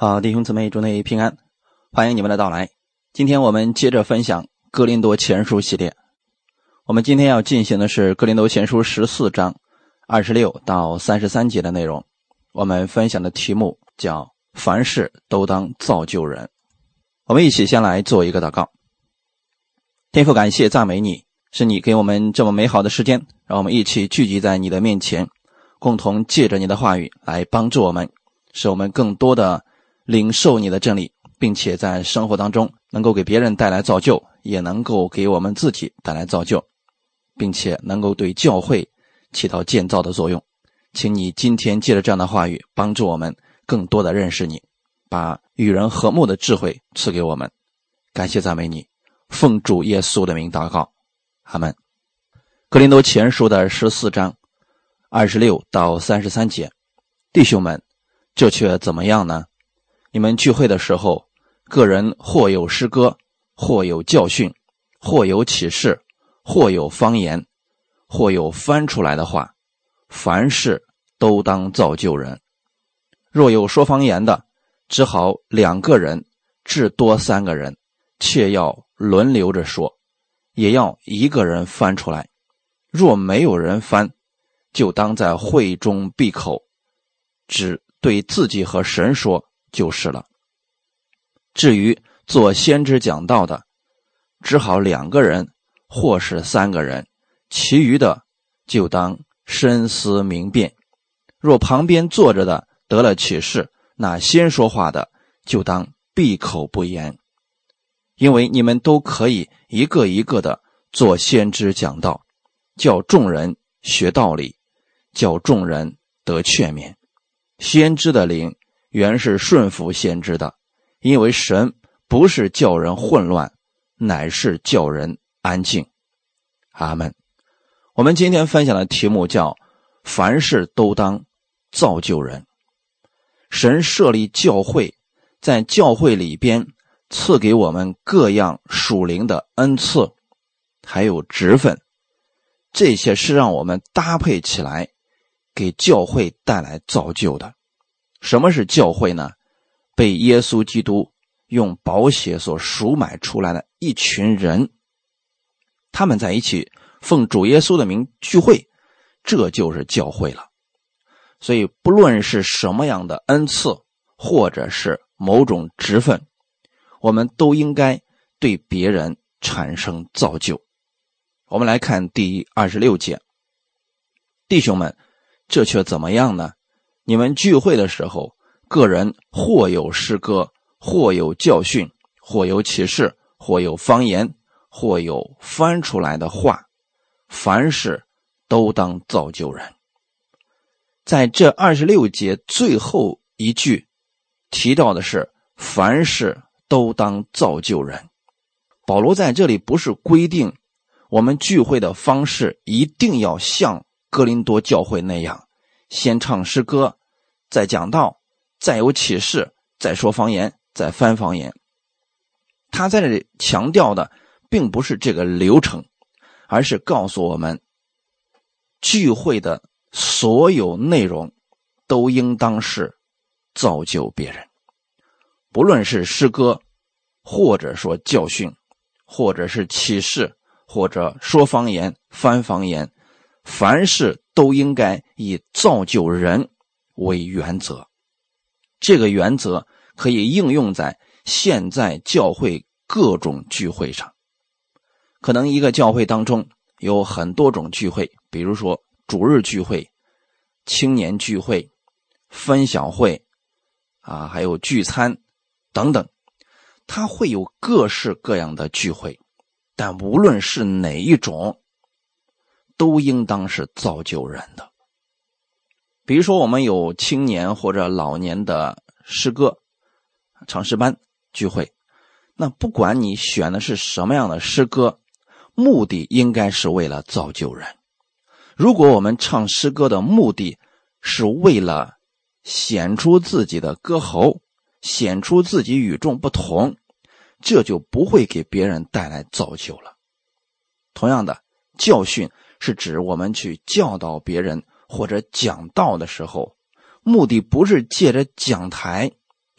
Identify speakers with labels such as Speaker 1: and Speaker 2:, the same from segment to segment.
Speaker 1: 好，弟兄姊妹，祝内平安，欢迎你们的到来。今天我们接着分享哥林多前书系列，我们今天要进行的是哥林多前书14章26到33节的内容。我们分享的题目叫凡事都当造就人。我们一起先来做一个祷告。天父，感谢赞美你，是你给我们这么美好的时间，让我们一起聚集在你的面前，共同借着你的话语来帮助我们，使我们更多的领受你的真理，并且在生活当中能够给别人带来造就，也能够给我们自己带来造就，并且能够对教会起到建造的作用。请你今天借着这样的话语帮助我们更多的认识你，把与人和睦的智慧赐给我们。感谢赞美你，奉主耶稣的名祷告，阿们。哥林多前书的14章26到33节，弟兄们，这却怎么样呢？你们聚会的时候，个人或有诗歌，或有教训，或有启示，或有方言，或有翻出来的话，凡事都当造就人。若有说方言的，只好2个人，至多3个人，且要轮流着说，也要1个人翻出来。若没有人翻，就当在会中闭口，只对自己和神说就是了。至于做先知讲道的，只好2个人或是3个人，其余的就当深思明辨。若旁边坐着的得了启示，那先说话的就当闭口不言，因为你们都可以一个一个的做先知讲道，叫众人学道理，叫众人得劝勉。先知的灵原是顺服先知的，因为神不是叫人混乱，乃是叫人安静。阿们。我们今天分享的题目叫凡事都当造就人。神设立教会，在教会里边赐给我们各样属灵的恩赐，还有职分，这些是让我们搭配起来给教会带来造就的。什么是教会呢？被耶稣基督用宝血所赎买出来的一群人，他们在一起奉主耶稣的名聚会，这就是教会了。所以不论是什么样的恩赐，或者是某种职分，我们都应该对别人产生造就。我们来看第26节，弟兄们，这却怎么样呢？你们聚会的时候，个人或有诗歌，或有教训，或有启示，或有方言，或有翻出来的话，凡事都当造就人。在这26节最后一句提到的是凡事都当造就人。保罗在这里不是规定我们聚会的方式一定要像哥林多教会那样，先唱诗歌，再讲道，再有启示，再说方言，再翻方言。他在这里强调的并不是这个流程，而是告诉我们聚会的所有内容都应当是造就别人。不论是诗歌，或者说教训，或者是启示，或者说方言，翻方言，凡事都应该以造就人为原则。这个原则可以应用在现在教会各种聚会上。可能一个教会当中有很多种聚会，比如说主日聚会、青年聚会、分享会还有聚餐等等，它会有各式各样的聚会，但无论是哪一种，都应当是造就人的。比如说我们有青年或者老年的诗歌唱诗班聚会，那不管你选的是什么样的诗歌，目的应该是为了造就人。如果我们唱诗歌的目的是为了显出自己的歌喉，显出自己与众不同，这就不会给别人带来造就了。同样的，教训是指我们去教导别人或者讲道的时候，目的不是借着讲台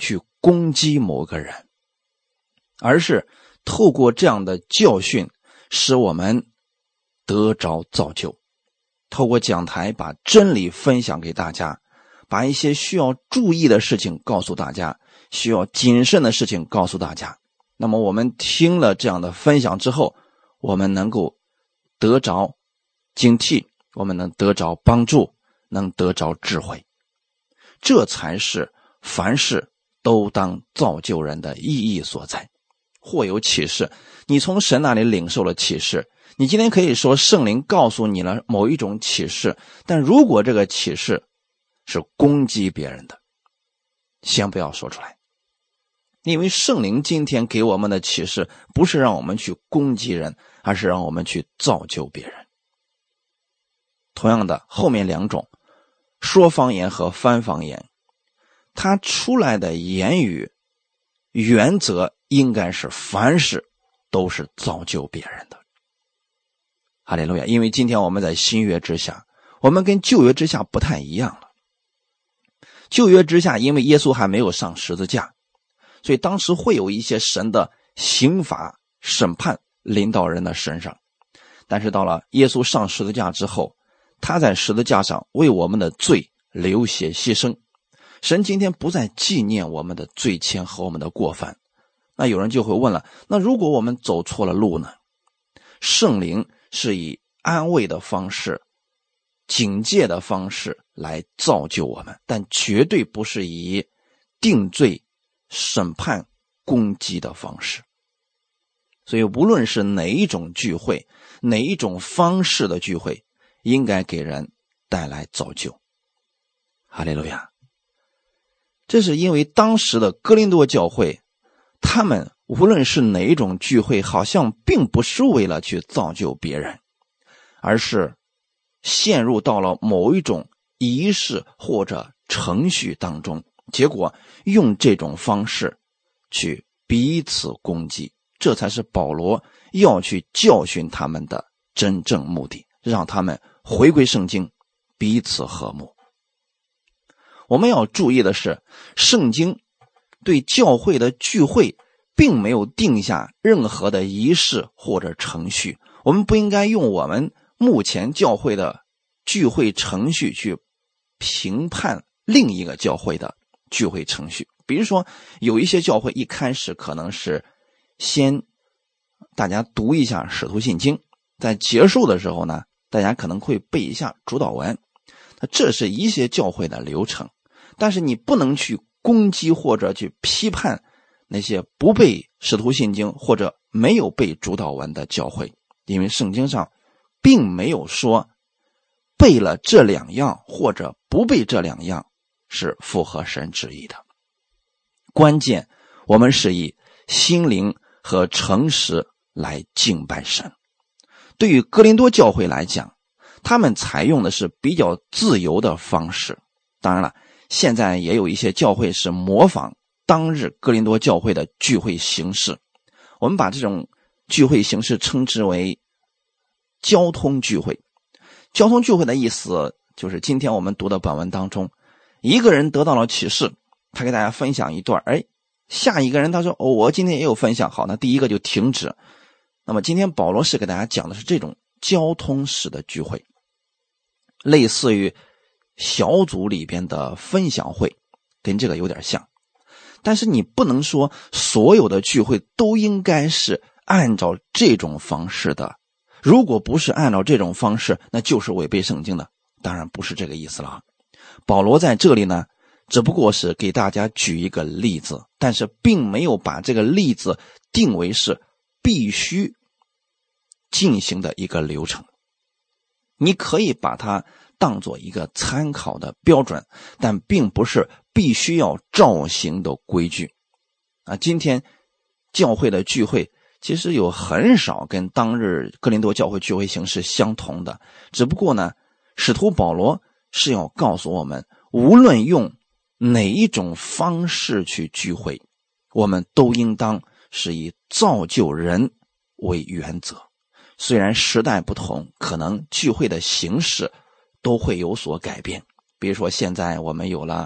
Speaker 1: 去攻击某个人，而是透过这样的教训使我们得着造就。透过讲台把真理分享给大家，把一些需要注意的事情告诉大家，需要谨慎的事情告诉大家。那么我们听了这样的分享之后，我们能够得着警惕，我们能得着帮助，能得着智慧。这才是凡事都当造就人的意义所在。或有启示，你从神那里领受了启示，你今天可以说圣灵告诉你了某一种启示，但如果这个启示是攻击别人的，先不要说出来。因为圣灵今天给我们的启示不是让我们去攻击人，而是让我们去造就别人。同样的，后面两种说方言和翻方言，它出来的言语原则应该是凡事都是造就别人的。哈利路亚！因为今天我们在新约之下，我们跟旧约之下不太一样了。旧约之下，因为耶稣还没有上十字架，所以当时会有一些神的刑罚审判临到人的身上。但是到了耶稣上十字架之后，他在十字架上为我们的罪流血牺牲，神今天不再纪念我们的罪愆和我们的过犯。那有人就会问了，那如果我们走错了路呢？圣灵是以安慰的方式、警戒的方式来造就我们，但绝对不是以定罪、审判、攻击的方式。所以无论是哪一种聚会，哪一种方式的聚会，应该给人带来造就。哈利路亚！这是因为当时的哥林多教会，他们无论是哪一种聚会，好像并不是为了去造就别人，而是陷入到了某一种仪式或者程序当中，结果用这种方式去彼此攻击。这才是保罗要去教训他们的真正目的，让他们回归圣经，彼此和睦。我们要注意的是，圣经对教会的聚会并没有定下任何的仪式或者程序，我们不应该用我们目前教会的聚会程序去评判另一个教会的聚会程序。比如说有一些教会一开始可能是先大家读一下使徒信经，在结束的时候呢，大家可能会背一下主祷文，这是一些教会的流程。但是你不能去攻击或者去批判那些不背使徒信经或者没有背主祷文的教会，因为圣经上并没有说背了这两样或者不背这两样是符合神旨意的。关键我们是以心灵和诚实来敬拜神。对于哥林多教会来讲，他们采用的是比较自由的方式。当然了，现在也有一些教会是模仿当日哥林多教会的聚会形式，我们把这种聚会形式称之为交通聚会。交通聚会的意思就是今天我们读的本文当中，一个人得到了启示，他给大家分享一段，下一个人他说我今天也有分享，好，那第一个就停止。那么今天保罗是给大家讲的是这种交通式的聚会，类似于小组里边的分享会，跟这个有点像。但是你不能说所有的聚会都应该是按照这种方式的，如果不是按照这种方式，那就是违背圣经的。当然不是这个意思了。保罗在这里呢，只不过是给大家举一个例子，但是并没有把这个例子定为是必须进行的一个流程。你可以把它当做一个参考的标准，但并不是必须要照行的规矩。今天教会的聚会其实有很少跟当日哥林多教会聚会形式相同的，只不过呢，使徒保罗是要告诉我们，无论用哪一种方式去聚会，我们都应当是以造就人为原则。虽然时代不同，可能聚会的形式都会有所改变。比如说现在我们有了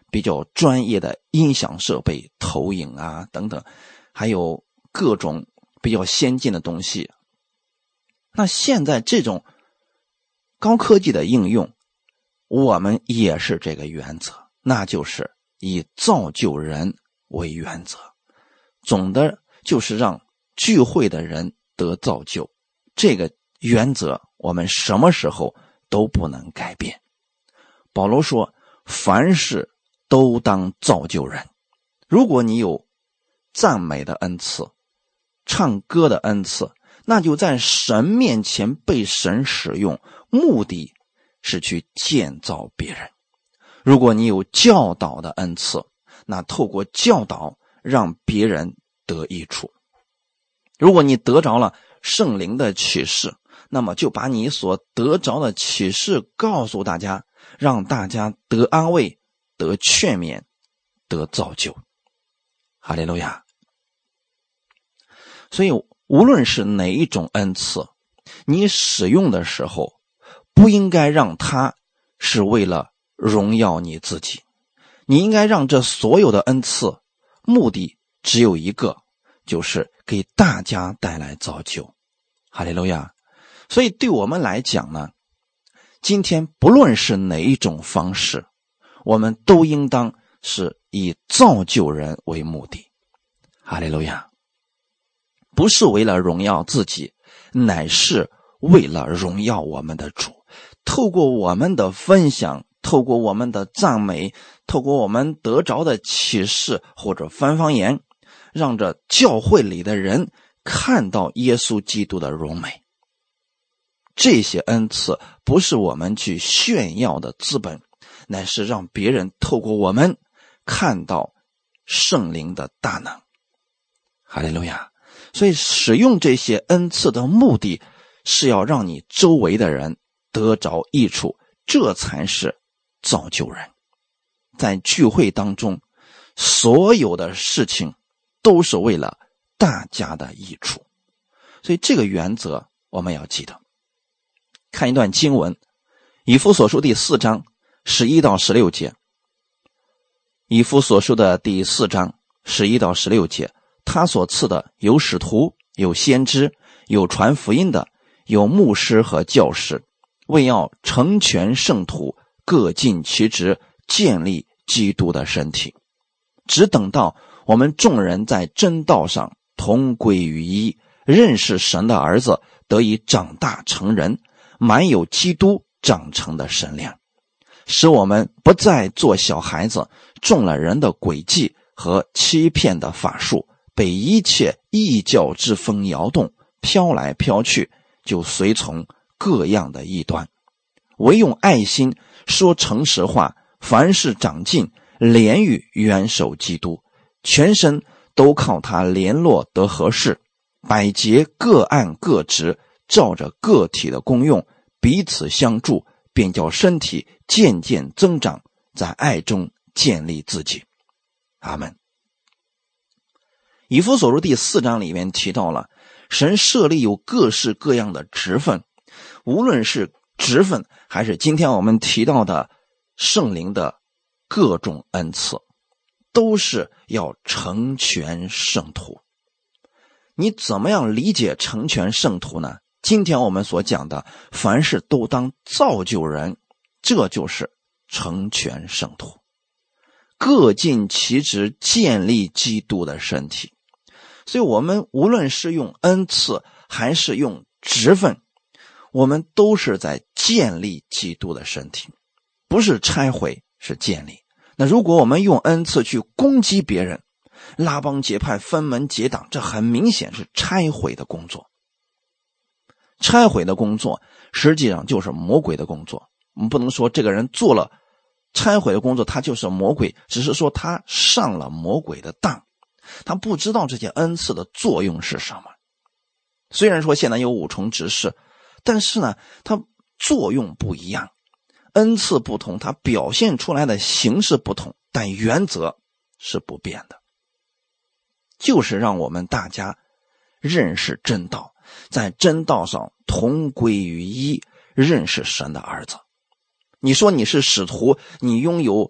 Speaker 1: 比较专业的音响设备、投影啊等等，还有各种比较先进的东西。那现在这种高科技的应用，我们也是这个原则，那就是以造就人为原则，总的就是让聚会的人得造就，这个原则我们什么时候都不能改变。保罗说，凡事都当造就人。如果你有赞美的恩赐、唱歌的恩赐，那就在神面前被神使用，目的是去建造别人。如果你有教导的恩赐，那透过教导让别人得益处。如果你得着了圣灵的启示，那么就把你所得着的启示告诉大家，让大家得安慰、得劝勉、得造就。哈利路亚。所以无论是哪一种恩赐，你使用的时候不应该让它是为了荣耀你自己，你应该让这所有的恩赐目的只有一个，就是给大家带来造就。哈利路亚。所以对我们来讲呢，今天不论是哪一种方式，我们都应当是以造就人为目的。哈利路亚。不是为了荣耀自己，乃是为了荣耀我们的主。透过我们的分享，透过我们的赞美，透过我们得着的启示或者翻方言，让这教会里的人看到耶稣基督的荣美。这些恩赐不是我们去炫耀的资本，乃是让别人透过我们看到圣灵的大能。哈利路亚。所以使用这些恩赐的目的是要让你周围的人得着益处，这才是造就人。在聚会当中，所有的事情都是为了大家的益处，所以这个原则我们要记得。看一段经文，以弗所书第4章11到16节。以弗所书的第4章11到16节，他所赐的有使徒，有先知，有传福音的，有牧师和教师，为要成全圣徒，各尽其职，建立基督的身体。只等到我们众人在真道上同归于一，认识神的儿子，得以长大成人，满有基督长成的身量，使我们不再做小孩子，中了人的诡计和欺骗的法术，被一切异教之风摇动，飘来飘去，就随从各样的异端。唯用爱心说诚实话，凡事长进，连于元首基督，全身都靠他联络得合适，百节各按各职，照着个体的功用彼此相助，便叫身体渐渐增长，在爱中建立自己。阿们。以弗所书第4章里面提到了神设立有各式各样的职分，无论是职分还是今天我们提到的圣灵的各种恩赐，都是要成全圣徒。你怎么样理解成全圣徒呢？今天我们所讲的凡事都当造就人，这就是成全圣徒，各尽其职，建立基督的身体。所以我们无论是用恩赐还是用职分，我们都是在建立基督的身体，不是拆毁，是建立。那如果我们用恩赐去攻击别人，拉帮结派，分门结党，这很明显是拆毁的工作。拆毁的工作实际上就是魔鬼的工作。我们不能说这个人做了拆毁的工作他就是魔鬼，只是说他上了魔鬼的当，他不知道这些恩赐的作用是什么。虽然说现在有5重职事，但是呢它作用不一样，恩赐不同，它表现出来的形式不同，但原则是不变的，就是让我们大家认识真道，在真道上同归于一，认识神的儿子。你说你是使徒，你拥有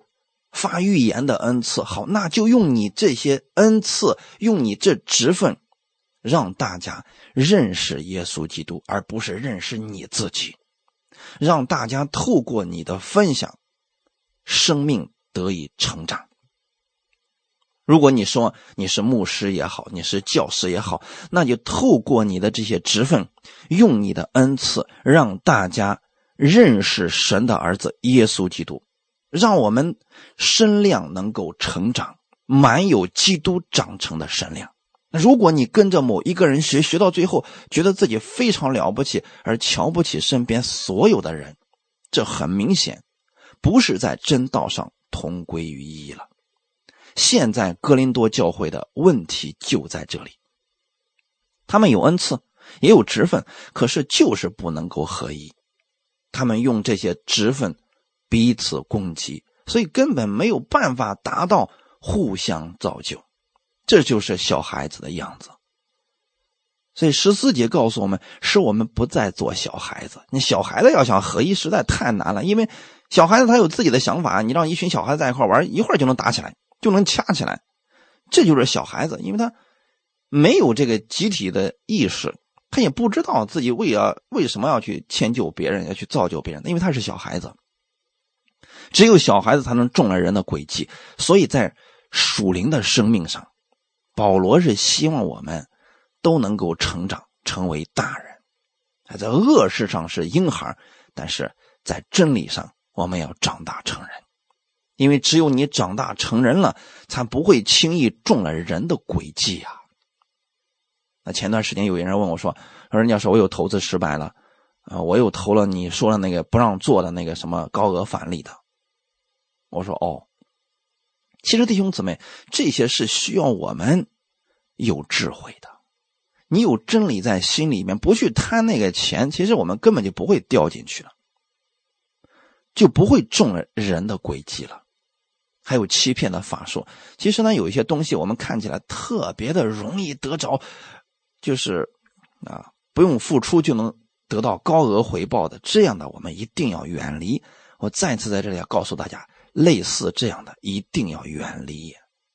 Speaker 1: 发预言的恩赐，好，那就用你这些恩赐，用你这职分，让大家认识耶稣基督，而不是认识你自己。让大家透过你的分享，生命得以成长。如果你说你是牧师也好，你是教师也好，那就透过你的这些职分，用你的恩赐，让大家认识神的儿子耶稣基督，让我们身量能够成长，满有基督长成的身量。如果你跟着某一个人学到最后觉得自己非常了不起，而瞧不起身边所有的人，这很明显不是在真道上同归于一了。现在哥林多教会的问题就在这里，他们有恩赐也有职分，可是就是不能够合一。他们用这些职分彼此攻击，所以根本没有办法达到互相造就。这就是小孩子的样子。所以14节告诉我们，使我们不再做小孩子。你小孩子要想合一实在太难了，因为小孩子他有自己的想法，你让一群小孩子在一块玩，一会儿就能打起来，就能掐起来。这就是小孩子，因为他没有这个集体的意识，他也不知道自己为什么要去迁就别人，要去造就别人，因为他是小孩子。只有小孩子才能中了人的诡计。所以在属灵的生命上，保罗是希望我们都能够成长，成为大人。在恶事上是婴孩，但是在真理上我们要长大成人。因为只有你长大成人了，才不会轻易中了人的诡计啊。那前段时间有人问我说，人家说我有投资失败了，我又投了你说的那个不让做的那个什么高额返利的。我说其实弟兄姊妹，这些是需要我们有智慧的。你有真理在心里面，不去贪那个钱，其实我们根本就不会掉进去了，就不会中了人的诡计了。还有欺骗的法术，其实呢有一些东西我们看起来特别的容易得着，就是不用付出就能得到高额回报的，这样的我们一定要远离。我再次在这里要告诉大家，类似这样的一定要远离，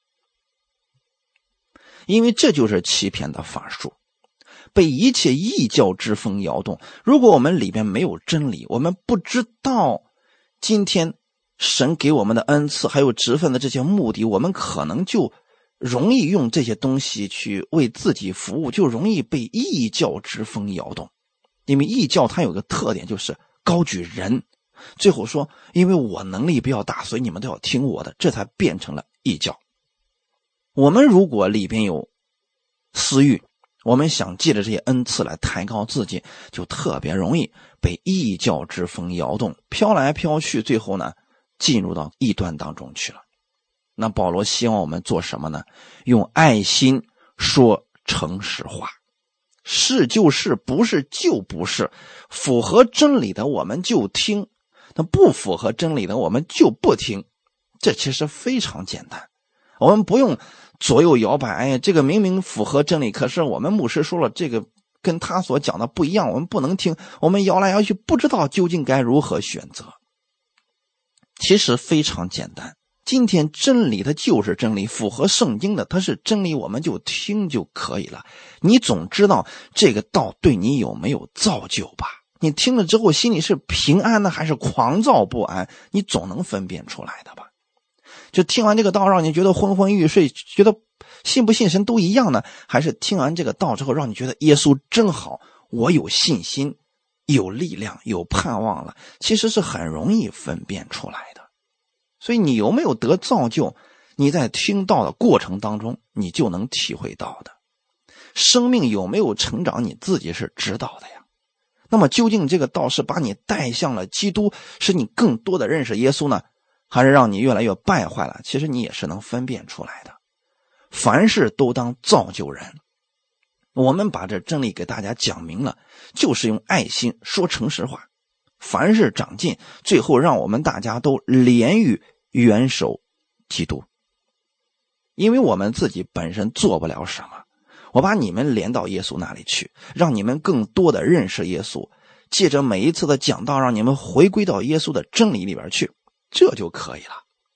Speaker 1: 因为这就是欺骗的法术，被一切异教之风摇动。如果我们里面没有真理，我们不知道今天神给我们的恩赐还有职分的这些目的，我们可能就容易用这些东西去为自己服务，就容易被异教之风摇动。因为异教它有个特点，就是高举人，最后说因为我能力比较大，所以你们都要听我的，这才变成了异教。我们如果里边有私欲，我们想借着这些恩赐来抬高自己，就特别容易被异教之风摇动，飘来飘去，最后呢进入到异端当中去了。那保罗希望我们做什么呢？用爱心说诚实话，是就是，不是就不是，符合真理的我们就听，那不符合真理的我们就不听。这其实非常简单，我们不用左右摇摆，这个明明符合真理，可是我们牧师说了这个跟他所讲的不一样，我们不能听，我们摇来摇去，不知道究竟该如何选择。其实非常简单，今天真理它就是真理，符合圣经的它是真理，我们就听就可以了。你总知道这个道对你有没有造就吧？你听了之后心里是平安呢，还是狂躁不安，你总能分辨出来的吧？就听完这个道让你觉得昏昏欲睡，觉得信不信神都一样呢，还是听完这个道之后让你觉得耶稣真好，我有信心，有力量，有盼望了，其实是很容易分辨出来的。所以你有没有得造就，你在听道的过程当中你就能体会到的。生命有没有成长，你自己是知道的呀。那么究竟这个道是把你带向了基督，使你更多的认识耶稣呢，还是让你越来越败坏了？其实你也是能分辨出来的。凡事都当造就人，我们把这真理给大家讲明了，就是用爱心说诚实话，凡事长进，最后让我们大家都连于元首基督。因为我们自己本身做不了什么，我把你们连到耶稣那里去，让你们更多的认识耶稣，借着每一次的讲道让你们回归到耶稣的真理里边去，这就可以了。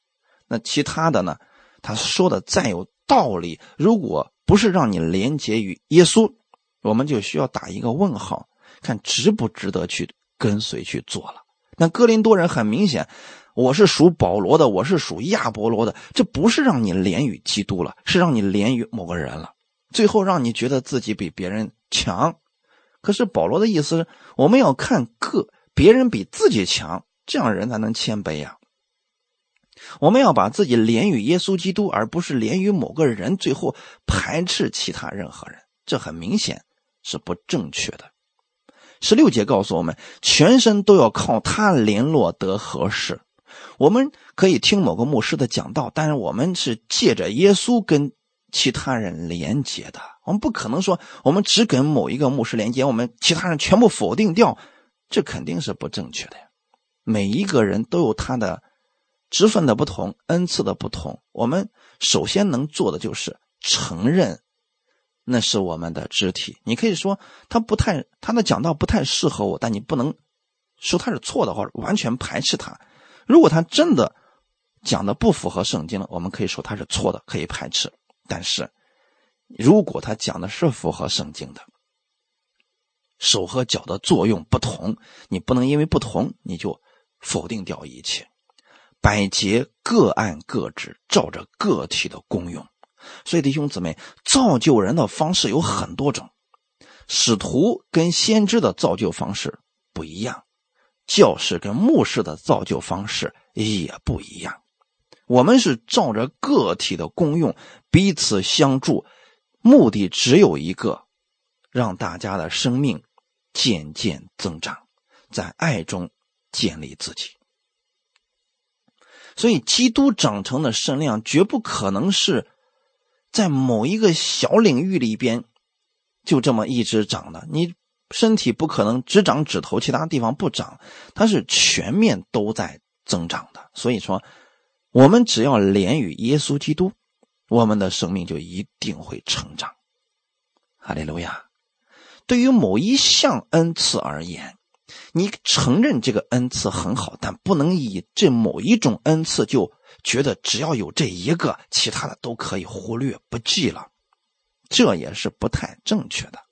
Speaker 1: 那其他的呢，他说的再有道理，如果不是让你连结于耶稣，我们就需要打一个问号，看值不值得去跟随去做了。那哥林多人很明显，我是属保罗的，我是属亚波罗的，这不是让你连于基督了，是让你连于某个人了，最后让你觉得自己比别人强。可是保罗的意思是，我们要看别人比自己强，这样人才能谦卑啊。我们要把自己连于耶稣基督，而不是连于某个人，最后排斥其他任何人，这很明显是不正确的。16节告诉我们，全身都要靠他联络得合适。我们可以听某个牧师的讲道，但是我们是借着耶稣跟其他人连接的，我们不可能说我们只跟某一个牧师连接，我们其他人全部否定掉，这肯定是不正确的。每一个人都有他的职分的不同，恩赐的不同，我们首先能做的就是承认那是我们的肢体。你可以说他的讲道不太适合我，但你不能说他是错的话完全排斥他。如果他真的讲的不符合圣经了，我们可以说他是错的，可以排斥。但是如果他讲的是符合圣经的，手和脚的作用不同，你不能因为不同你就否定掉一切。百节各按各职，照着个体的功用。所以弟兄姊妹，造就人的方式有很多种，使徒跟先知的造就方式不一样，教士跟牧师的造就方式也不一样。我们是照着个体的功用彼此相助，目的只有一个，让大家的生命渐渐增长，在爱中建立自己。所以基督长成的身量绝不可能是在某一个小领域里边就这么一直长的，你身体不可能只长指头，其他地方不长，它是全面都在增长的。所以说我们只要连于耶稣基督，我们的生命就一定会成长。哈利路亚。对于某一项恩赐而言，你承认这个恩赐很好，但不能以这某一种恩赐就觉得只要有这一个，其他的都可以忽略不计了，这也是不太正确的。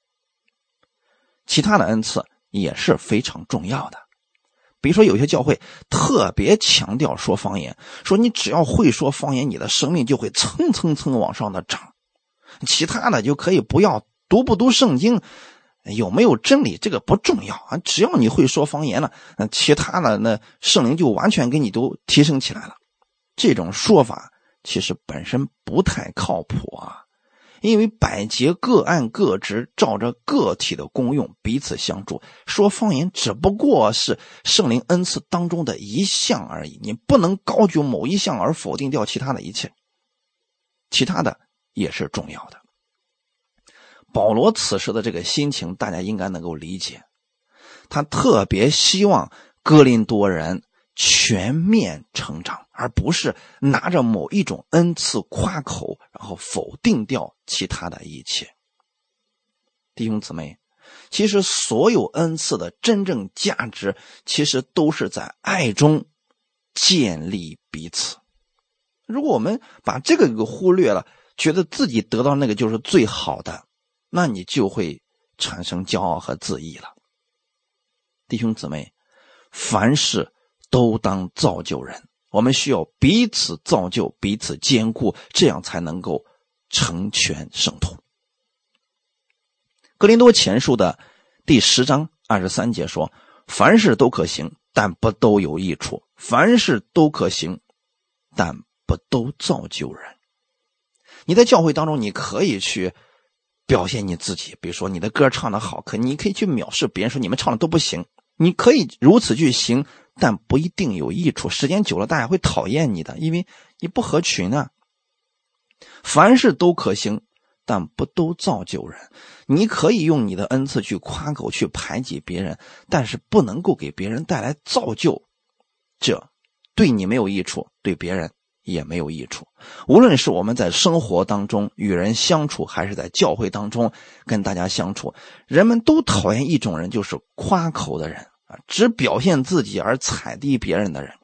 Speaker 1: 其他的恩赐也是非常重要的，比如说有些教会特别强调说方言，说你只要会说方言，你的生命就会蹭蹭蹭往上的涨，其他的就可以不要，读不读圣经，有没有真理这个不重要啊，只要你会说方言了，其他的那圣灵就完全给你都提升起来了。这种说法其实本身不太靠谱啊，因为百节各按各职，照着个体的功用彼此相助，说方言只不过是圣灵恩赐当中的一项而已，你不能高举某一项而否定掉其他的一切，其他的也是重要的。保罗此时的这个心情大家应该能够理解，他特别希望哥林多人全面成长，而不是拿着某一种恩赐夸口，然后否定掉其他的一切。弟兄姊妹，其实所有恩赐的真正价值其实都是在爱中建立彼此。如果我们把这个给忽略了，觉得自己得到那个就是最好的，那你就会产生骄傲和自义了。弟兄姊妹，凡事都当造就人，我们需要彼此造就，彼此坚固，这样才能够成全圣徒。哥林多前书的第10章23节说，凡事都可行，但不都有益处；凡事都可行，但不都造就人。你在教会当中，你可以去表现你自己，比如说你的歌唱得好，你可以去藐视别人，说你们唱的都不行，你可以如此去行，但不一定有益处，时间久了大家会讨厌你的，因为你不合群啊。凡事都可行，但不都造就人。你可以用你的恩赐去夸口，去排挤别人，但是不能够给别人带来造就，这对你没有益处，对别人也没有益处。无论是我们在生活当中与人相处，还是在教会当中跟大家相处，人们都讨厌一种人，就是夸口的人，只表现自己而踩低别人的人。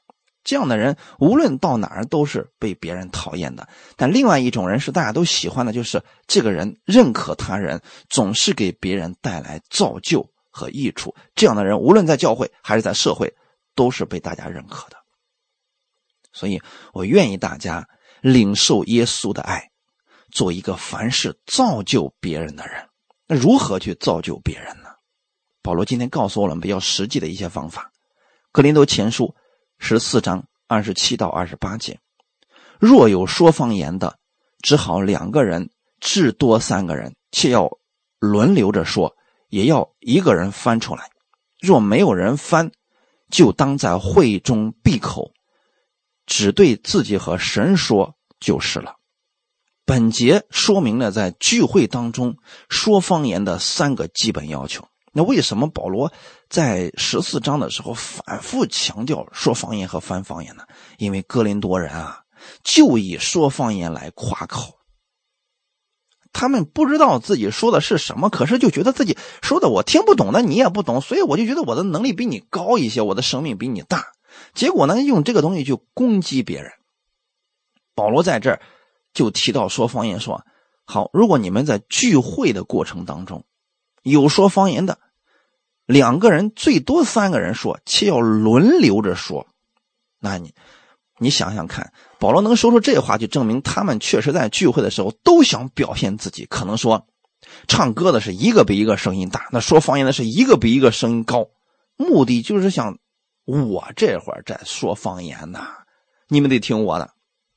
Speaker 1: 这样的人无论到哪儿都是被别人讨厌的。但另外一种人是大家都喜欢的，就是这个人认可他人，总是给别人带来造就和益处。这样的人无论在教会还是在社会都是被大家认可的。所以我愿意大家领受耶稣的爱，做一个凡事造就别人的人。那如何去造就别人呢？保罗今天告诉我们比较实际的一些方法。哥林多前书14章27到28节，若有说方言的，只好2个人，至多3个人，且要轮流着说，也要1个人翻出来。若没有人翻，就当在会中闭口，只对自己和神说就是了。本节说明了在聚会当中说方言的3个基本要求。那为什么保罗在14章的时候反复强调说方言和翻方言呢？因为哥林多人就以说方言来夸口。他们不知道自己说的是什么，可是就觉得自己说的我听不懂的你也不懂，所以我就觉得我的能力比你高一些，我的生命比你大。结果呢，用这个东西去攻击别人。保罗在这儿就提到说方言，说好，如果你们在聚会的过程当中有说方言的，2个人最多3个人说，且要轮流着说。那你想想看，保罗能说出这话，就证明他们确实在聚会的时候都想表现自己。可能说唱歌的是一个比一个声音大，那说方言的是一个比一个声音高，目的就是想我这会儿在说方言呢，你们得听我的。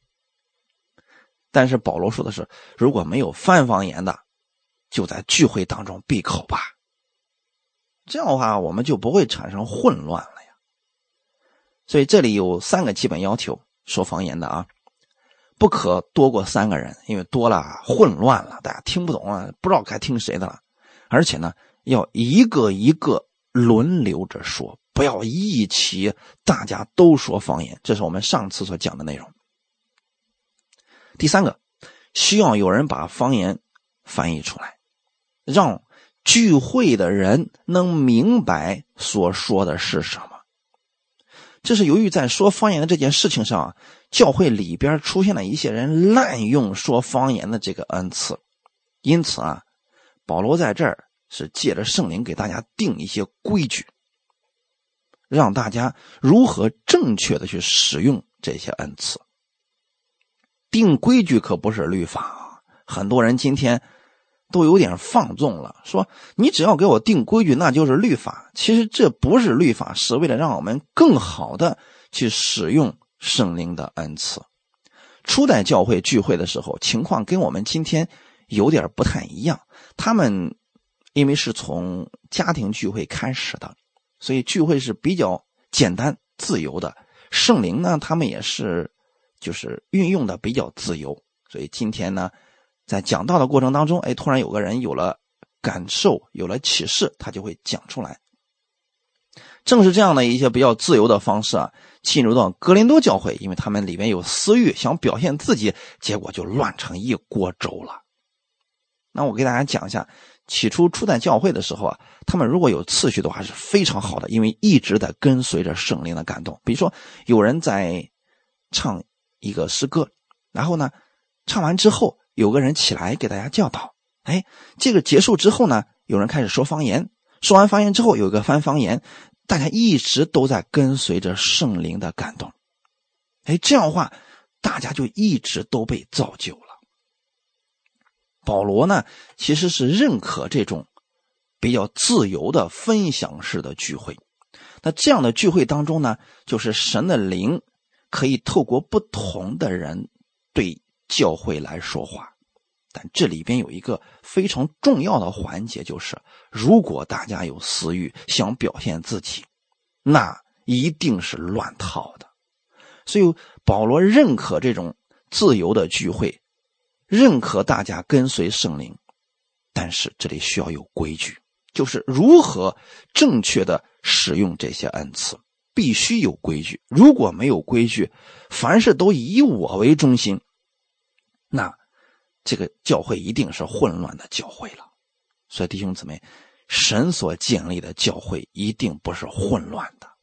Speaker 1: 但是保罗说的是，如果没有翻方言的，就在聚会当中闭口吧。这样的话我们就不会产生混乱了呀。所以这里有3个基本要求，说方言的不可多过3个人，因为多了混乱了，大家听不懂不知道该听谁的了。而且呢，要一个一个轮流着说，不要一起大家都说方言，这是我们上次所讲的内容。第3个，需要有人把方言翻译出来，让聚会的人能明白所说的是什么。这是由于在说方言的这件事情上，教会里边出现了一些人滥用说方言的这个恩赐。因此保罗在这儿是借着圣灵给大家定一些规矩，让大家如何正确的去使用这些恩赐。定规矩可不是律法，很多人今天都有点放纵了，说你只要给我定规矩那就是律法。其实这不是律法，是为了让我们更好的去使用圣灵的恩赐。初代教会聚会的时候情况跟我们今天有点不太一样，他们因为是从家庭聚会开始的，所以聚会是比较简单自由的。圣灵呢，他们也是就是运用的比较自由，所以今天呢在讲道的过程当中，突然有个人有了感受，有了启示，他就会讲出来。正是这样的一些比较自由的方式进入到哥林多教会，因为他们里面有私欲，想表现自己，结果就乱成一锅粥了。那我给大家讲一下，起初初代教会的时候他们如果有次序的话是非常好的，因为一直在跟随着圣灵的感动。比如说有人在唱一个诗歌，然后呢唱完之后有个人起来给大家教导，这个结束之后呢，有人开始说方言，说完方言之后有一个翻方言，大家一直都在跟随着圣灵的感动。这样的话大家就一直都被造就了。保罗呢其实是认可这种比较自由的分享式的聚会。那这样的聚会当中呢，就是神的灵可以透过不同的人对教会来说话。但这里边有一个非常重要的环节，就是如果大家有私欲，想表现自己，那一定是乱套的。所以保罗认可这种自由的聚会，认可大家跟随圣灵，但是这里需要有规矩，就是如何正确的使用这些恩赐，必须有规矩。如果没有规矩，凡事都以我为中心，那这个教会一定是混乱的教会了。所以弟兄姊妹，神所建立的教会一定不是混乱的，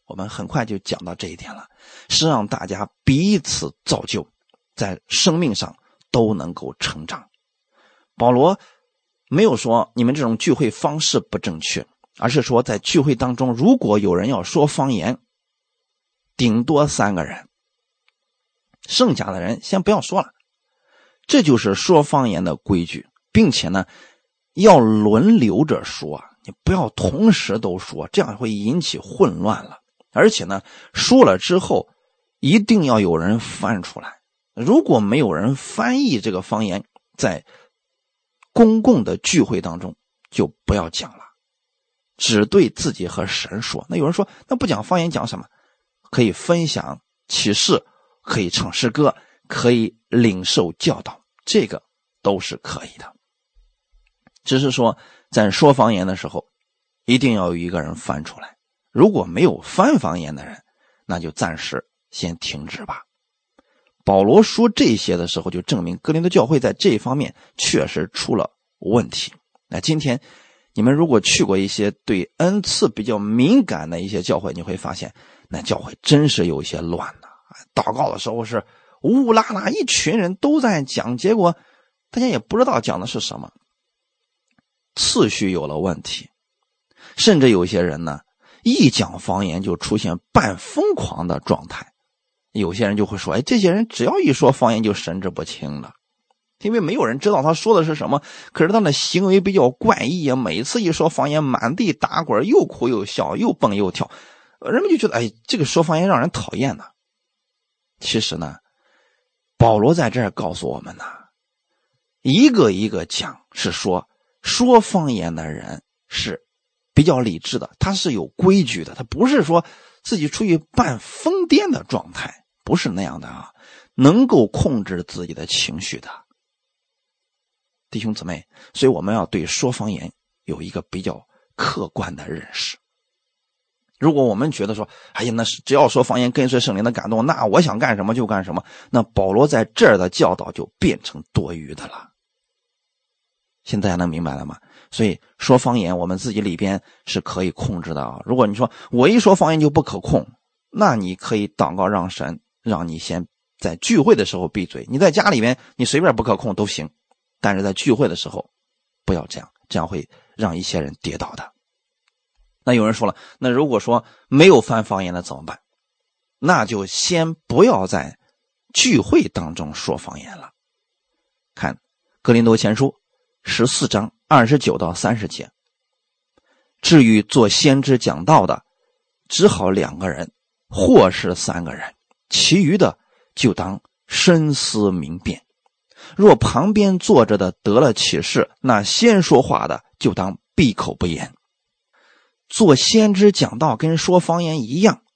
Speaker 1: 我们很快就讲到这一点了，是让大家彼此造就，在生命上都能够成长。保罗没有说你们这种聚会方式不正确，而是说在聚会当中，如果有人要说方言，顶多3个人，剩下的人先不要说了。这就是说方言的规矩，并且呢要轮流着说，你不要同时都说，这样会引起混乱了。而且呢说了之后一定要有人翻出来，如果没有人翻译这个方言，在公共的聚会当中就不要讲了，只对自己和神说。那有人说，那不讲方言讲什么？可以分享启示，可以唱诗歌，可以领受教导，这个都是可以的。只是说在说方言的时候一定要有一个人翻出来，如果没有翻方言的人，那就暂时先停止吧。保罗说这些的时候，就证明哥林多教会在这方面确实出了问题。那今天你们如果去过一些对恩赐比较敏感的一些教会，你会发现那教会真是有一些乱的。祷告的时候是乌拉拉一群人都在讲，结果大家也不知道讲的是什么，次序有了问题。甚至有些人呢一讲方言就出现半疯狂的状态。有些人就会说，这些人只要一说方言就神志不清了，因为没有人知道他说的是什么，可是他的行为比较怪异啊，每次一说方言满地打滚，又哭又笑，又蹦又跳，人们就觉得这个说方言让人讨厌的。其实呢保罗在这儿告诉我们呢，一个一个讲，是说方言的人是比较理智的，他是有规矩的，他不是说自己处于半疯癫的状态，不是那样的啊，能够控制自己的情绪的。弟兄姊妹，所以我们要对说方言有一个比较客观的认识。如果我们觉得说，那是只要说方言跟随圣灵的感动，那我想干什么就干什么，那保罗在这儿的教导就变成多余的了。现在能明白了吗？所以说方言我们自己里边是可以控制的啊。如果你说我一说方言就不可控，那你可以祷告让神让你先在聚会的时候闭嘴，你在家里面你随便不可控都行，但是在聚会的时候不要这样，这样会让一些人跌倒的。那有人说了，那如果说没有翻方言的怎么办？那就先不要在聚会当中说方言了。看哥林多前书14章29到30节，至于做先知讲道的，只好2个人或是3个人，其余的就当深思明辨。若旁边坐着的得了启示，那先说话的就当闭口不言。做先知讲道跟说方言一样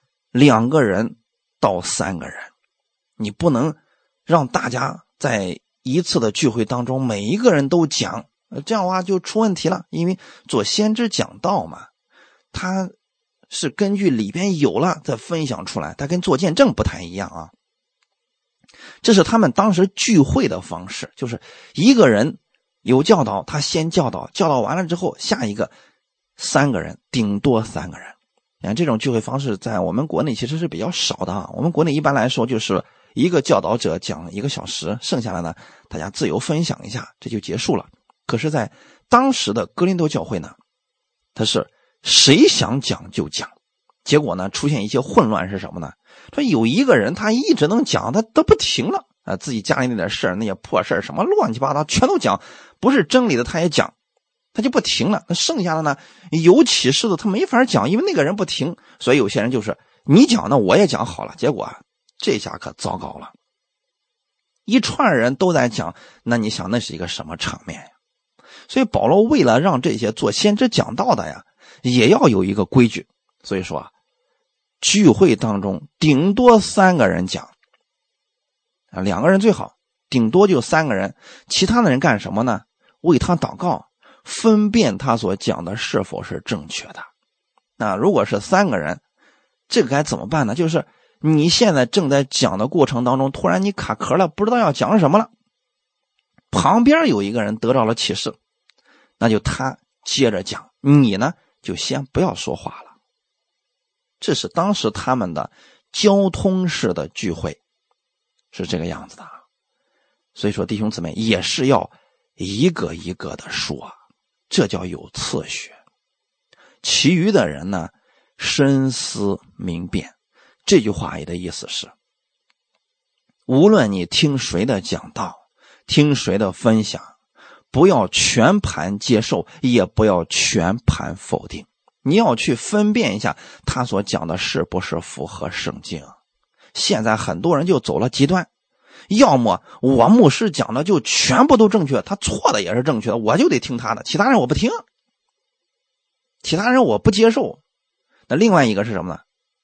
Speaker 1: ，2个人到3个人，你不能让大家在一次的聚会当中每一个人都讲，这样的话就出问题了。因为做先知讲道嘛，他是根据里边有了再分享出来，他跟做见证不太一样啊。这是他们当时聚会的方式，就是一个人有教导，他先教导，教导完了之后下一个3个人，顶多3个人。这种聚会方式在我们国内其实是比较少的啊。我们国内一般来说就是一个教导者讲1个小时，剩下来呢大家自由分享一下，这就结束了。可是在当时的哥林多教会呢，他是谁想讲就讲，结果呢出现一些混乱是什么呢？说有一个人他一直能讲，他都不停了自己家里那点事儿，那些破事儿什么乱七八糟全都讲，不是真理的他也讲，他就不停了。那剩下的呢有启示的他没法讲，因为那个人不停，所以有些人就是你讲那我也讲好了，结果这下可糟糕了，一串人都在讲，那你想那是一个什么场面呀？所以保罗为了让这些做先知讲道的呀也要有一个规矩，所以说聚会当中顶多3个人讲，2个人最好，顶多就3个人，其他的人干什么呢？为他祷告，分辨他所讲的是否是正确的。那如果是3个人，这个该怎么办呢？就是你现在正在讲的过程当中，突然你卡壳了，不知道要讲什么了，旁边有一个人得到了启示，那就他接着讲，你呢就先不要说话了。 这是当时他们的交通式的聚会，是这个样子的。所以说弟兄姊妹也是要一个一个的说，这叫有次序。其余的人呢，深思明辨。这句话的意思是，无论你听谁的讲道，听谁的分享，不要全盘接受，也不要全盘否定，你要去分辨一下他所讲的是不是符合圣经。现在很多人就走了极端，要么我牧师讲的就全部都正确，他错的也是正确的，我就得听他的，其他人我不听，其他人我不接受。那另外一个是什么呢？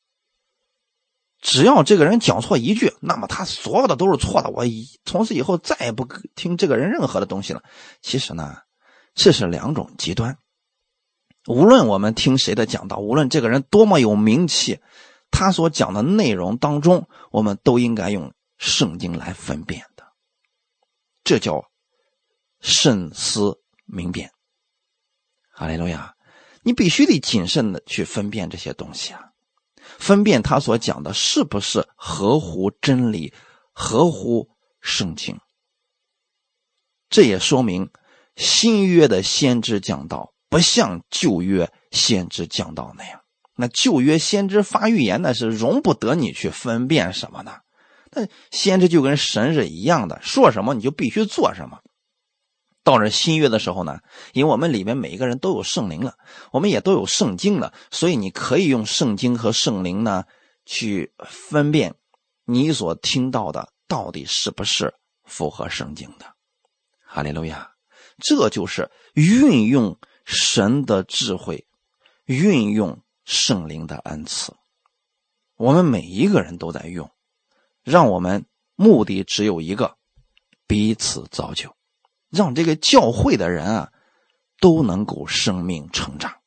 Speaker 1: 只要这个人讲错一句，那么他所有的都是错的，我从此以后再也不听这个人任何的东西了。其实呢，这是两种极端。无论我们听谁的讲道，无论这个人多么有名气，他所讲的内容当中，我们都应该用圣经来分辨的，这叫慎思明辨。哈利路亚！你必须得谨慎的去分辨这些东西啊，分辨他所讲的是不是合乎真理，合乎圣经。这也说明新约的先知讲道不像旧约先知讲道那样，那旧约先知发预言那是容不得你去分辨什么的，那先知就跟神是一样的，说什么你就必须做什么。到了新约的时候呢，因为我们里面每一个人都有圣灵了，我们也都有圣经了，所以你可以用圣经和圣灵呢去分辨你所听到的到底是不是符合圣经的。哈利路亚！这就是运用神的智慧，运用圣灵的恩赐，我们每一个人都在用，让我们目的只有一个，彼此造就，让这个教会的人啊都能够生命成长。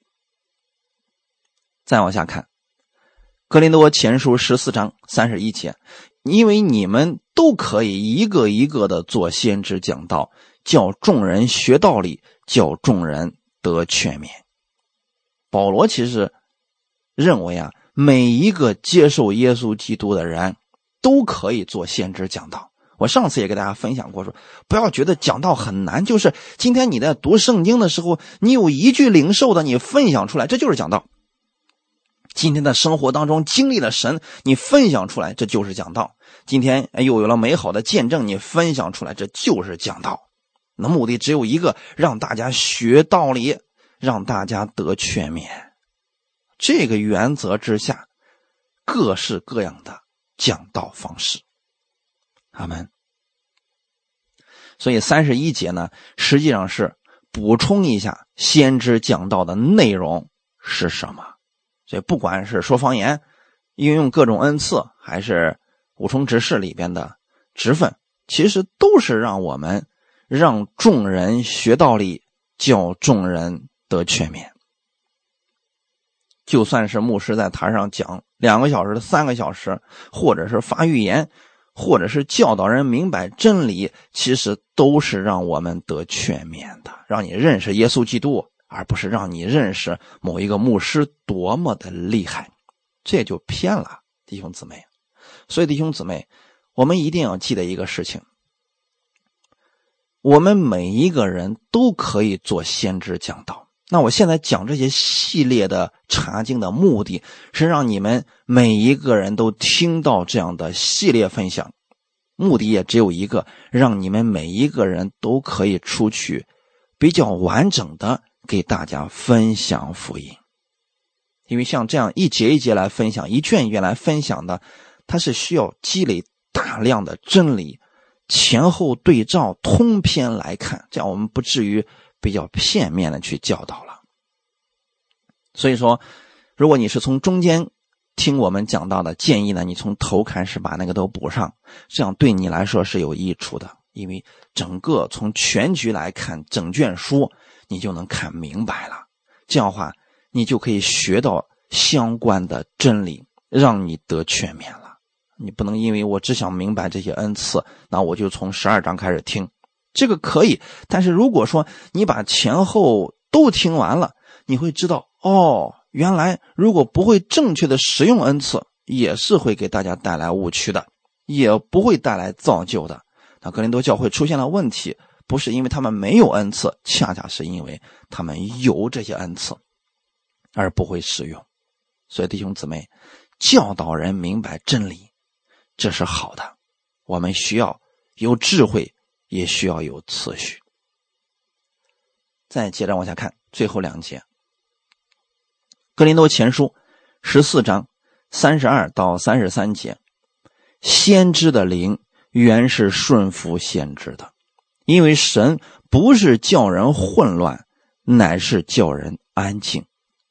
Speaker 1: 再往下看，哥林多前书14章31节，因为你们都可以一个一个的做先知讲道，叫众人学道理，叫众人得劝勉。保罗其实认为啊，每一个接受耶稣基督的人都可以做先知讲道。我上次也给大家分享过，说不要觉得讲道很难，就是今天你在读圣经的时候，你有一句领受的，你分享出来，这就是讲道。今天的生活当中经历了神，你分享出来，这就是讲道。今天又有了美好的见证，你分享出来，这就是讲道。那目的只有一个，让大家学道理，让大家得劝勉。这个原则之下，各式各样的讲道方式。阿们。所以31节呢，实际上是补充一下先知讲道的内容是什么。所以不管是说方言，运用各种恩赐，还是五重职事里边的职分，其实都是让众人学道理，叫众人得劝勉。就算是牧师在台上讲2个小时、3个小时，或者是发预言，或者是教导人明白真理，其实都是让我们得劝勉的，让你认识耶稣基督，而不是让你认识某一个牧师多么的厉害，这就偏了，弟兄姊妹。所以弟兄姊妹，我们一定要记得一个事情，我们每一个人都可以做先知讲道。那我现在讲这些系列的查经的目的是让你们每一个人都听到这样的系列分享，目的也只有一个，让你们每一个人都可以出去比较完整的给大家分享福音。因为像这样一节一节来分享，一卷一卷来分享的，它是需要积累大量的真理，前后对照，通篇来看，这样我们不至于比较片面的去教导了。所以说，如果你是从中间听我们讲到的，建议呢，你从头开始把那个都补上，这样对你来说是有益处的。因为整个从全局来看，整卷书你就能看明白了，这样的话你就可以学到相关的真理，让你得劝勉了。你不能因为我只想明白这些恩赐，那我就从12章开始听，这个可以，但是如果说你把前后都听完了，你会知道， 原来如果不会正确的使用恩赐，也是会给大家带来误区的，也不会带来造就的。那哥林多教会出现了问题，不是因为他们没有恩赐，恰恰是因为他们有这些恩赐而不会使用。所以弟兄姊妹，教导人明白真理，这是好的。我们需要有智慧，也需要有次序。再接着往下看最后2节，哥林多前书14章32到33节，先知的灵原是顺服先知的，因为神不是叫人混乱，乃是叫人安静。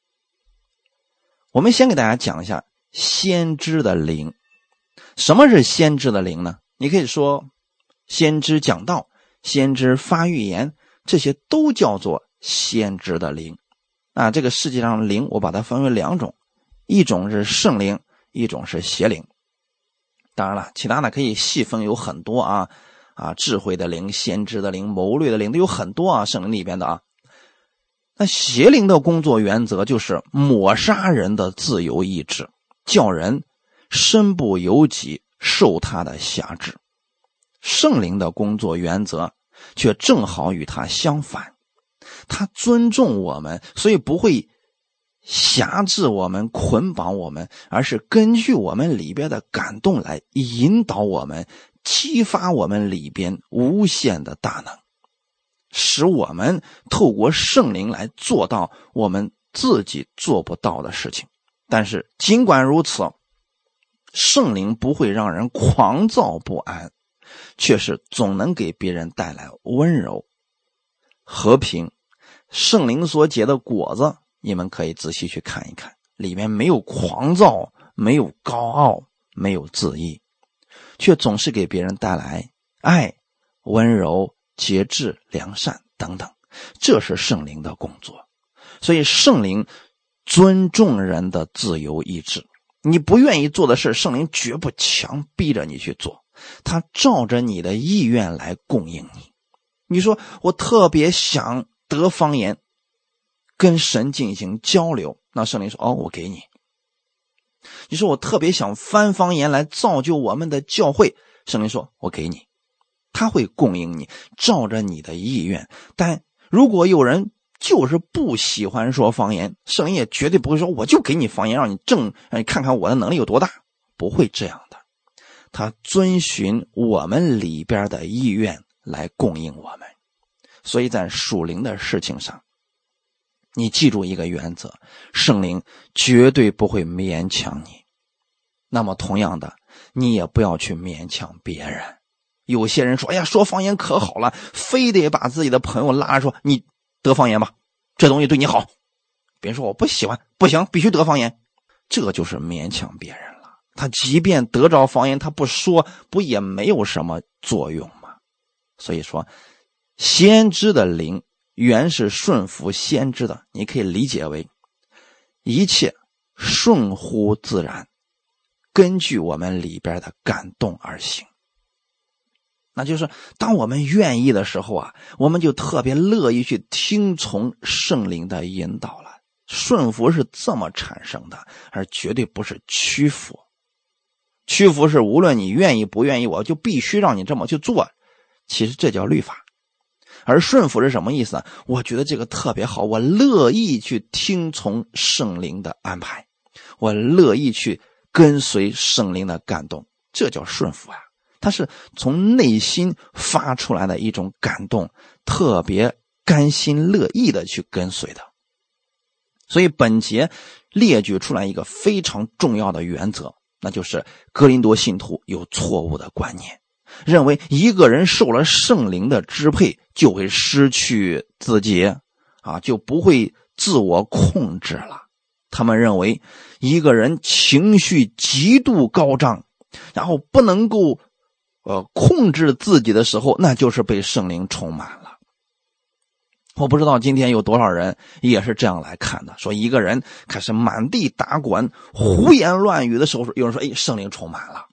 Speaker 1: 我们先给大家讲一下先知的灵。什么是先知的灵呢？你可以说先知讲道，先知发预言，这些都叫做先知的灵。这个世界上灵我把它分为2种，一种是圣灵，一种是邪灵。当然了，其他的可以细分有很多智慧的灵、先知的灵、谋略的灵都有很多圣灵里边的那邪灵的工作原则就是抹杀人的自由意志，叫人身不由己，受他的辖制。圣灵的工作原则却正好与他相反，他尊重我们，所以不会辖制我们、捆绑我们，而是根据我们里边的感动来引导我们，激发我们里边无限的大能，使我们透过圣灵来做到我们自己做不到的事情。但是尽管如此，圣灵不会让人狂躁不安，却是总能给别人带来温柔、和平。圣灵所结的果子，你们可以仔细去看一看，里面没有狂躁，没有高傲，没有自义，却总是给别人带来爱、温柔、节制、良善等等，这是圣灵的工作。所以圣灵尊重人的自由意志，你不愿意做的事，圣灵绝不强逼着你去做，他照着你的意愿来供应你。你说我特别想得方言，跟神进行交流，那圣灵说我给你。你说我特别想翻方言来造就我们的教会，圣灵说我给你。他会供应你，照着你的意愿。但如果有人就是不喜欢说方言，圣灵也绝对不会说我就给你方言让你看看我的能力有多大，不会这样的。他遵循我们里边的意愿来供应我们。所以在属灵的事情上，你记住一个原则，圣灵绝对不会勉强你。那么同样的，你也不要去勉强别人。有些人说哎呀，说方言可好了，非得把自己的朋友拉着说你得方言吧，这东西对你好。别人说我不喜欢，不行，必须得方言，这就是勉强别人了。他即便得着方言，他不说，不也没有什么作用吗？所以说先知的灵原是顺服先知的，你可以理解为一切顺乎自然，根据我们里边的感动而行。那就是当我们愿意的时候我们就特别乐意去听从圣灵的引导了。顺服是这么产生的，而绝对不是屈服。屈服是无论你愿意不愿意，我就必须让你这么去做，其实这叫律法。而顺服是什么意思呢？我觉得这个特别好，我乐意去听从圣灵的安排，我乐意去跟随圣灵的感动，这叫顺服它是从内心发出来的一种感动，特别甘心乐意的去跟随的。所以本节列举出来一个非常重要的原则，那就是哥林多信徒有错误的观念，认为一个人受了圣灵的支配就会失去自己就不会自我控制了。他们认为一个人情绪极度高涨，然后不能够控制自己的时候，那就是被圣灵充满了。我不知道今天有多少人也是这样来看的，说一个人开始满地打滚胡言乱语的时候，有人说圣灵充满了。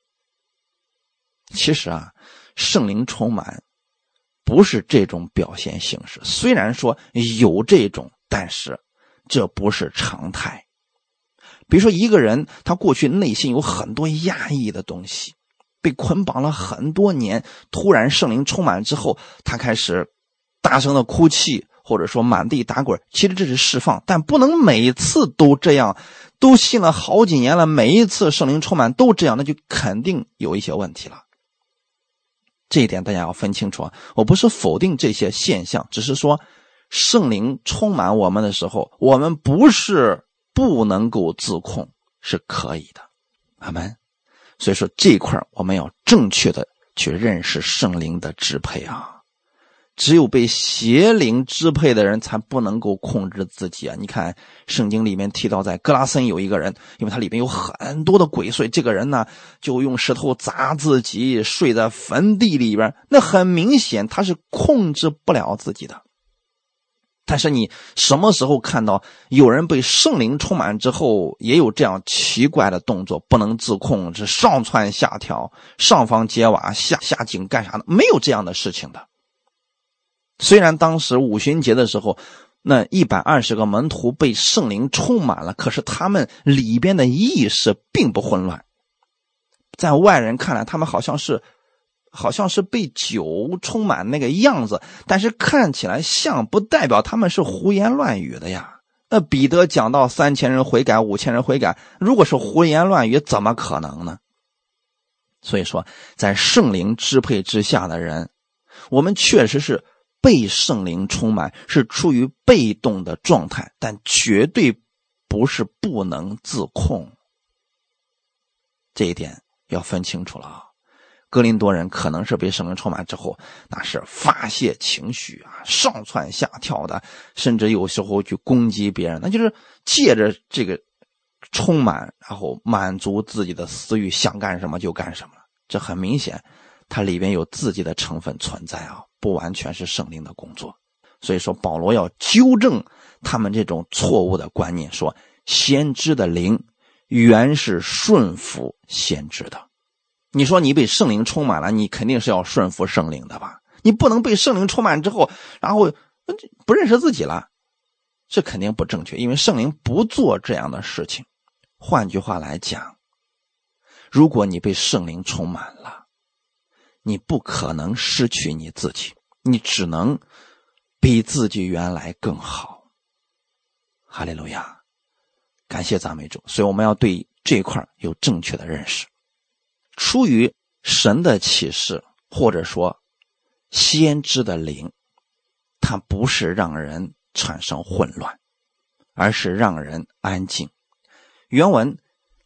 Speaker 1: 其实圣灵充满不是这种表现形式，虽然说有这种，但是这不是常态。比如说一个人他过去内心有很多压抑的东西，被捆绑了很多年，突然圣灵充满之后，他开始大声的哭泣，或者说满地打滚，其实这是释放，但不能每次都这样，都信了好几年了，每一次圣灵充满都这样，那就肯定有一些问题了。这一点大家要分清楚啊！我不是否定这些现象，只是说圣灵充满我们的时候，我们不是不能够自控，是可以的。阿们。所以说这一块我们要正确的去认识圣灵的支配啊！只有被邪灵支配的人才不能够控制自己啊！你看圣经里面提到，在哥拉森有一个人，因为他里面有很多的鬼祟，这个人呢就用石头砸自己，睡在坟地里边，那很明显他是控制不了自己的。但是你什么时候看到有人被圣灵充满之后也有这样奇怪的动作，不能自控，是上蹿下跳，上房揭瓦，下井干啥的？没有这样的事情的。虽然当时五旬节的时候，那120个门徒被圣灵充满了，可是他们里边的意识并不混乱。在外人看来，他们好像是被酒充满那个样子，但是看起来像，不代表他们是胡言乱语的呀。那彼得讲到3000人悔改，5000人悔改，如果是胡言乱语，怎么可能呢？所以说，在圣灵支配之下的人，我们确实是被圣灵充满，是处于被动的状态，但绝对不是不能自控。这一点要分清楚了啊！哥林多人可能是被圣灵充满之后，那是发泄情绪啊，上蹿下跳的，甚至有时候去攻击别人，那就是借着这个充满，然后满足自己的私欲，想干什么就干什么了。这很明显，它里边有自己的成分存在啊，不完全是圣灵的工作。所以说保罗要纠正他们这种错误的观念，说先知的灵原是顺服先知的。你说你被圣灵充满了，你肯定是要顺服圣灵的吧？你不能被圣灵充满之后，然后不认识自己了，这肯定不正确，因为圣灵不做这样的事情。换句话来讲，如果你被圣灵充满了，你不可能失去你自己，你只能比自己原来更好。哈利路亚，感谢赞美主。所以我们要对这一块有正确的认识。出于神的启示，或者说先知的灵，它不是让人产生混乱，而是让人安静。原文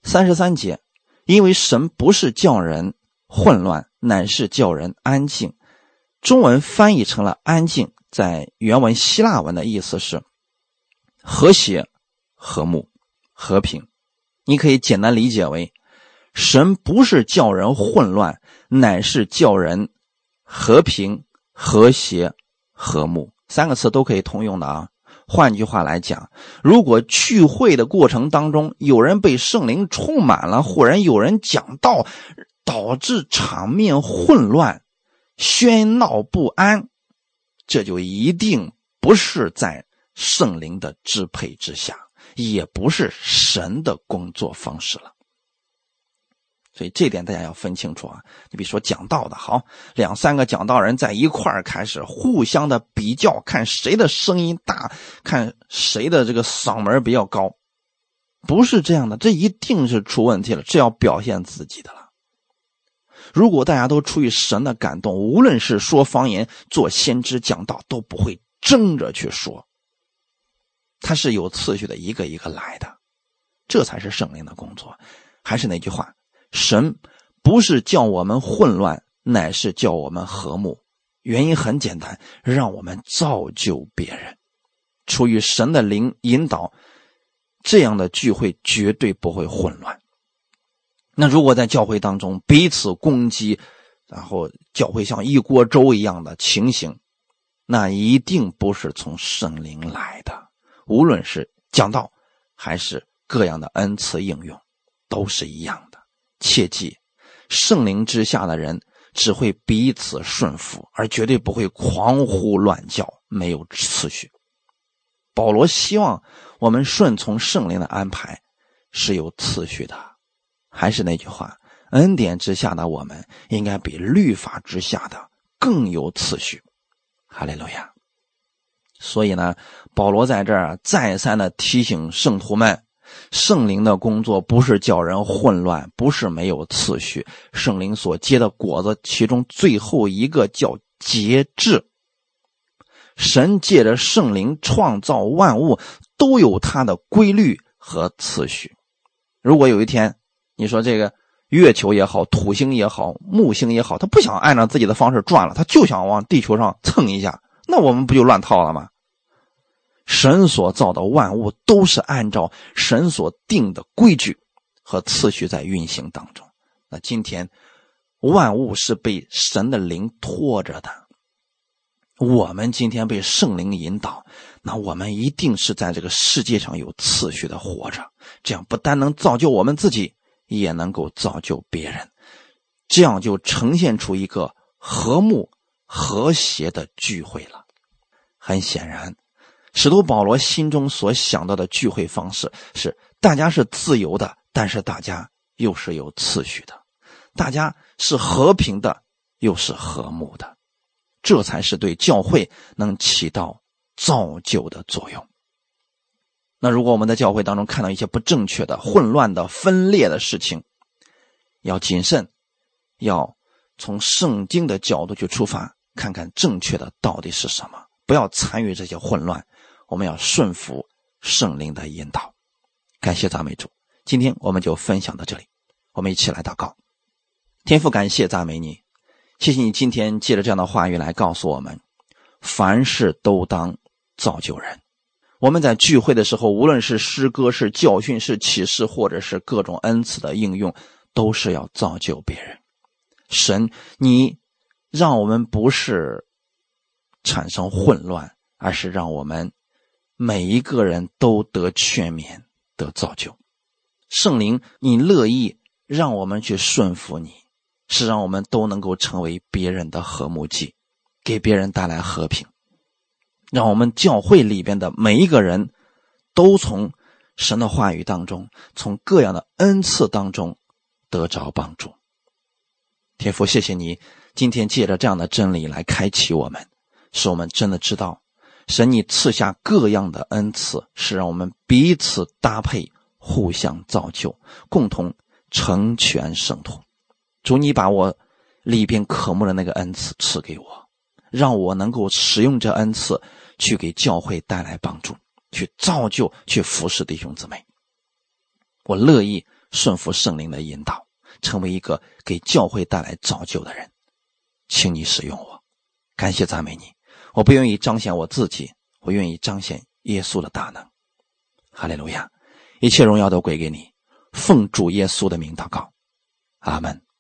Speaker 1: 33节，因为神不是叫人混乱，乃是叫人安静。中文翻译成了安静，在原文希腊文的意思是和谐、和睦、和平。你可以简单理解为，神不是叫人混乱，乃是叫人和平、和谐、和睦。3个词都可以通用的啊。换句话来讲，如果聚会的过程当中有人被圣灵充满了，或者有人讲道，导致场面混乱、喧闹不安，这就一定不是在圣灵的支配之下，也不是神的工作方式了。所以这点大家要分清楚啊！你比如说讲道的，好，2、3个讲道人在一块儿开始互相的比较，看谁的声音大，看谁的这个嗓门比较高，不是这样的，这一定是出问题了，这要表现自己的了。如果大家都出于神的感动，无论是说方言、做先知、讲道，都不会争着去说，它是有次序的，一个一个来的，这才是圣灵的工作。还是那句话，神不是叫我们混乱，乃是叫我们和睦。原因很简单，让我们造就别人。出于神的灵引导，这样的聚会绝对不会混乱。那如果在教会当中彼此攻击，然后教会像一锅粥一样的情形，那一定不是从圣灵来的。无论是讲道还是各样的恩赐应用，都是一样的。切记，圣灵之下的人只会彼此顺服，而绝对不会狂呼乱叫，没有次序。 保罗希望我们顺从圣灵的安排是有次序的。还是那句话，恩典之下的我们应该比律法之下的更有次序。哈利路亚。所以呢，保罗在这儿再三的提醒圣徒们，圣灵的工作不是叫人混乱，不是没有次序。圣灵所结的果子，其中最后一个叫节制。神借着圣灵创造万物，都有它的规律和次序。如果有一天你说这个月球也好，土星也好，木星也好，它不想按照自己的方式转了，它就想往地球上蹭一下，那我们不就乱套了吗？神所造的万物都是按照神所定的规矩和次序在运行当中。那今天万物是被神的灵拖着的，我们今天被圣灵引导，那我们一定是在这个世界上有次序的活着，这样不单能造就我们自己，也能够造就别人，这样就呈现出一个和睦和谐的聚会了。很显然，使徒保罗心中所想到的聚会方式是大家是自由的，但是大家又是有次序的，大家是和平的，又是和睦的，这才是对教会能起到造就的作用。那如果我们在教会当中看到一些不正确的、混乱的、分裂的事情，要谨慎，要从圣经的角度去出发，看看正确的到底是什么，不要参与这些混乱，我们要顺服圣灵的引导。感谢赞美主，今天我们就分享到这里，我们一起来祷告。天父，感谢赞美你，谢谢你今天借着这样的话语来告诉我们，凡事都当造就人。我们在聚会的时候，无论是诗歌、是教训、是启示，或者是各种恩赐的应用，都是要造就别人。神，你让我们不是产生混乱，而是让我们每一个人都得劝勉，得造就。圣灵，你乐意让我们去顺服你，是让我们都能够成为别人的和睦剂，给别人带来和平，让我们教会里边的每一个人都从神的话语当中，从各样的恩赐当中得着帮助。天父，谢谢你今天借着这样的真理来开启我们，使我们真的知道神你赐下各样的恩赐，是让我们彼此搭配，互相造就，共同成全圣徒。主，你把我里边渴慕的那个恩赐赐给我，让我能够使用这恩赐去给教会带来帮助，去造就，去服侍弟兄姊妹。我乐意顺服圣灵的引导，成为一个给教会带来造就的人。请你使用我，感谢赞美你。我不愿意彰显我自己，我愿意彰显耶稣的大能。哈利路亚，一切荣耀都归给你，奉主耶稣的名祷告，阿们。